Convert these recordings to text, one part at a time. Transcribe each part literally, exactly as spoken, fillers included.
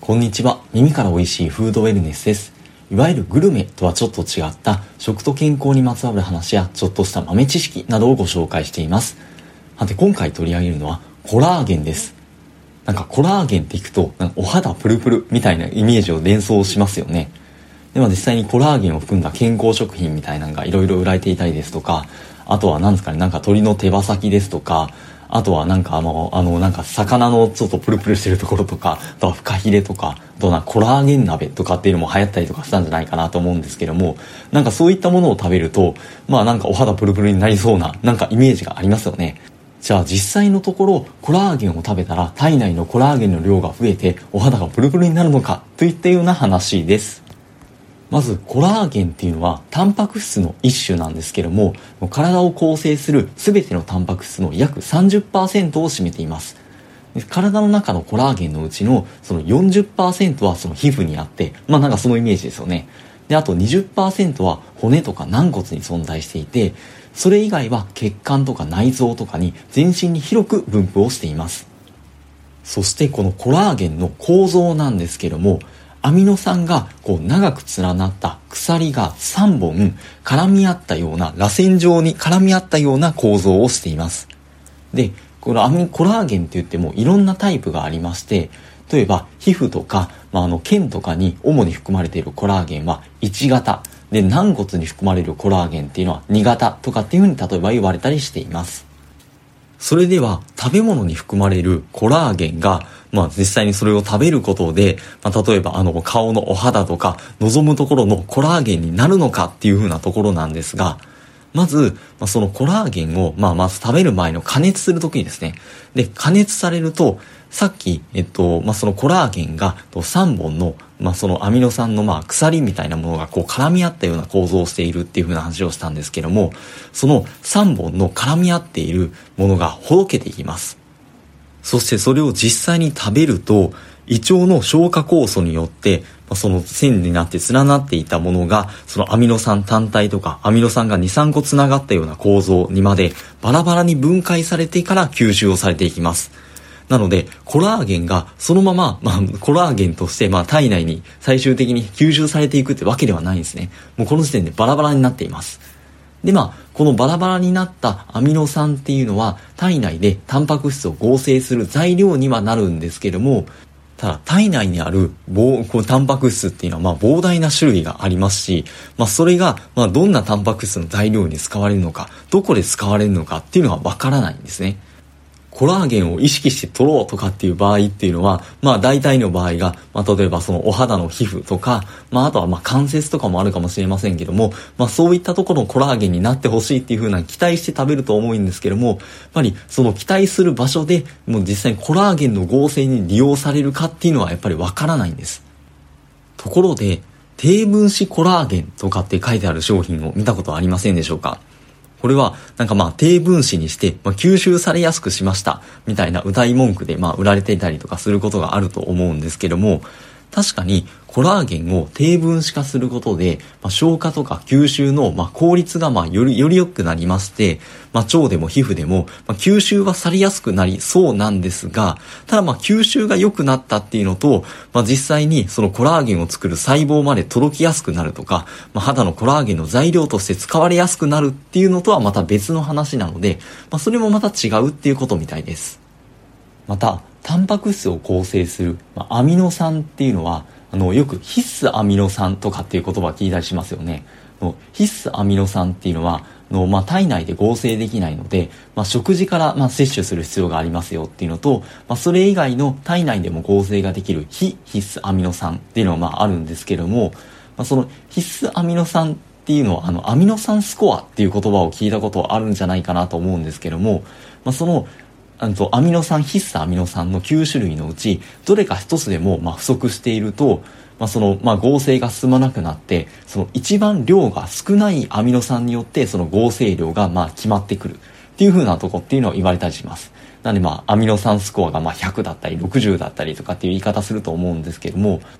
こんにちは。耳から美味しいフードウェルネスです。いわゆるグルメとはちょっと違った食と健康にまつわる話やちょっとした豆知識などをご紹介しています。さて今回取り上げるのはコラーゲンです。なんかコラーゲンって聞くとなんかお肌プルプルみたいなイメージを連想しますよね。でも実際にコラーゲンを含んだ健康食品みたいなのがいろいろ売られていたりですとか、あとは何ですかね、なんか鳥の手羽先ですとか、あとはなんかあの、あのなんか魚のちょっとプルプルしてるところとか、あとはフカヒレとか、あとはコラーゲン鍋とかっていうのも流行ったりとかしたんじゃないかなと思うんですけども、なんかそういったものを食べると、まあなんかお肌プルプルになりそうな、なんかイメージがありますよね。じゃあ実際のところコラーゲンを食べたら体内のコラーゲンの量が増えてお肌がプルプルになるのかといったような話です。まずコラーゲンっていうのはタンパク質の一種なんですけども、体を構成する全てのタンパク質の約 さんじゅっパーセント を占めています。体の中のコラーゲンのうちのその よんじゅっパーセント はその皮膚にあって、まあなんかそのイメージですよね。であと にじゅっパーセント は骨とか軟骨に存在していて、それ以外は血管とか内臓とかに全身に広く分布をしています。そしてこのコラーゲンの構造なんですけども、アミノ酸がこう長く連なった鎖がさんぼん絡み合ったような、螺旋状に絡み合ったような構造をしています。で、このアミコラーゲンって言ってもいろんなタイプがありまして、例えば皮膚とか、まあ、あの腱とかに主に含まれているコラーゲンはいち型で、軟骨に含まれるコラーゲンっていうのはに型とかっていうふうに例えば言われたりしています。それでは食べ物に含まれるコラーゲンが、まあ実際にそれを食べることで、まあ例えばあの顔のお肌とか望むところのコラーゲンになるのかっていう風なところなんですが、まず、まあ、そのコラーゲンを、まあまず食べる前の加熱するときにですね。で、加熱されると、さっき、えっと、まあそのコラーゲンがさんぼんの、まあそのアミノ酸のまあ鎖みたいなものがこう絡み合ったような構造をしているっていう風な話をしたんですけども、そのさんぼんの絡み合っているものがほどけていきます。そしてそれを実際に食べると、胃腸の消化酵素によって、その線になって連なっていたものが、そのアミノ酸単体とかアミノ酸がに、さんこつながったような構造にまでバラバラに分解されてから吸収をされていきます。なのでコラーゲンがそのまま、まあ、コラーゲンとしてまあ体内に最終的に吸収されていくってわけではないんですね。もうこの時点でバラバラになっています。でまあこのバラバラになったアミノ酸っていうのは体内でタンパク質を合成する材料にはなるんですけども、ただ体内にあるこうタンパク質っていうのはまあ膨大な種類がありますし、まあそれがまあどんなタンパク質の材料に使われるのか、どこで使われるのかっていうのはわからないんですね。コラーゲンを意識して取ろうとかっていう場合っていうのは、まあ大体の場合が、まあ例えばそのお肌の皮膚とか、まああとはまあ関節とかもあるかもしれませんけども、まあそういったところのコラーゲンになってほしいっていう風な期待して食べると思うんですけども、やっぱりその期待する場所でもう実際にコラーゲンの合成に利用されるかっていうのはやっぱりわからないんです。ところで、低分子コラーゲンとかって書いてある商品を見たことありませんでしょうか？これはなんかまあ低分子にして、まあ、吸収されやすくしましたみたいな謳い文句でまあ売られていたりとかすることがあると思うんですけども、確かにコラーゲンを低分子化することで、まあ、消化とか吸収のまあ効率がまあよりより良くなりまして、まあ、腸でも皮膚でもまあ吸収はされやすくなりそうなんですが、ただまあ吸収が良くなったっていうのと、まあ、実際にそのコラーゲンを作る細胞まで届きやすくなるとか、まあ、肌のコラーゲンの材料として使われやすくなるっていうのとはまた別の話なので、まあ、それもまた違うっていうことみたいです。またタンパク質を構成する、まあ、アミノ酸っていうのはあのよく必須アミノ酸とかっていう言葉を聞いたりしますよね。の必須アミノ酸っていうのはの、まあ、体内で合成できないので、まあ、食事から、まあ、摂取する必要がありますよっていうのと、まあ、それ以外の体内でも合成ができる非必須アミノ酸っていうのはまああるんですけども、まあ、その必須アミノ酸っていうのはあのアミノ酸スコアっていう言葉を聞いたことあるんじゃないかなと思うんですけども、まあ、そのあのアミノ酸必須アミノ酸のきゅう種類のうちどれか一つでもまあ不足していると、まあ、そのまあ合成が進まなくなって、その一番量が少ないアミノ酸によってその合成量がまあ決まってくるっていう風なとこっていうのを言われたりします。なのでまあアミノ酸スコアがまあひゃくだったりろくじゅうだったりとかっていう言い方すると思うんですけども、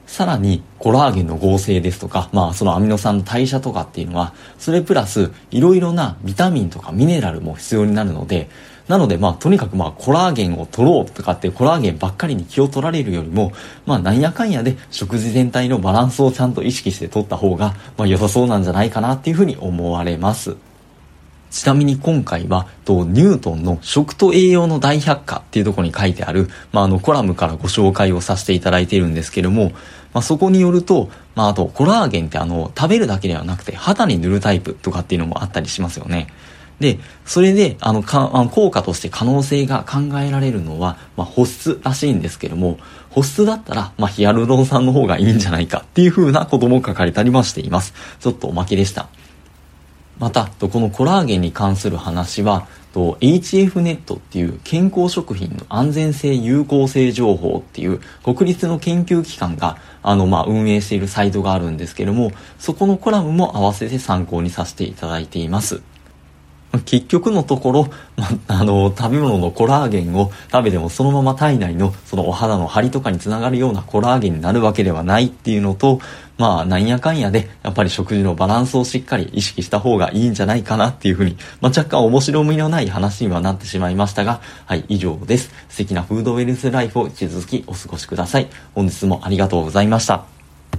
さらにコラーゲンの合成ですとか、まあそのアミノ酸の代謝とかっていうのは、それプラスいろいろなビタミンとかミネラルも必要になるので、なのでまあとにかくまあコラーゲンを取ろうとかってコラーゲンばっかりに気を取られるよりも、まあなんやかんやで食事全体のバランスをちゃんと意識して取った方がまあ良さそうなんじゃないかなっていうふうに思われます。ちなみに今回はとニュートンの食と栄養の大百科っていうところに書いてある、まあ、あのコラムからご紹介をさせていただいているんですけども、まあ、そこによると、まあ、あとコラーゲンってあの食べるだけではなくて肌に塗るタイプとかっていうのもあったりしますよね。で、それであのかあの効果として可能性が考えられるのは、まあ、保湿らしいんですけども、保湿だったら、まあ、ヒアルロン酸の方がいいんじゃないかっていう風なことも書かれたりもしています。ちょっとおまけでした。またこのコラーゲンに関する話は エイチエフ ネットっていう健康食品の安全性有効性情報っていう国立の研究機関があのまあ運営しているサイトがあるんですけども、そこのコラムも合わせて参考にさせていただいています。結局のところ、ま、あの食べ物のコラーゲンを食べてもそのまま体内のそのお肌の張りとかにつながるようなコラーゲンになるわけではないっていうのと、まあなんやかんやでやっぱり食事のバランスをしっかり意識した方がいいんじゃないかなっていうふうに、まあ、若干面白みのない話にはなってしまいましたが、はい、以上です。素敵なフードウェルスライフを引き続きお過ごしください。本日もありがとうございました。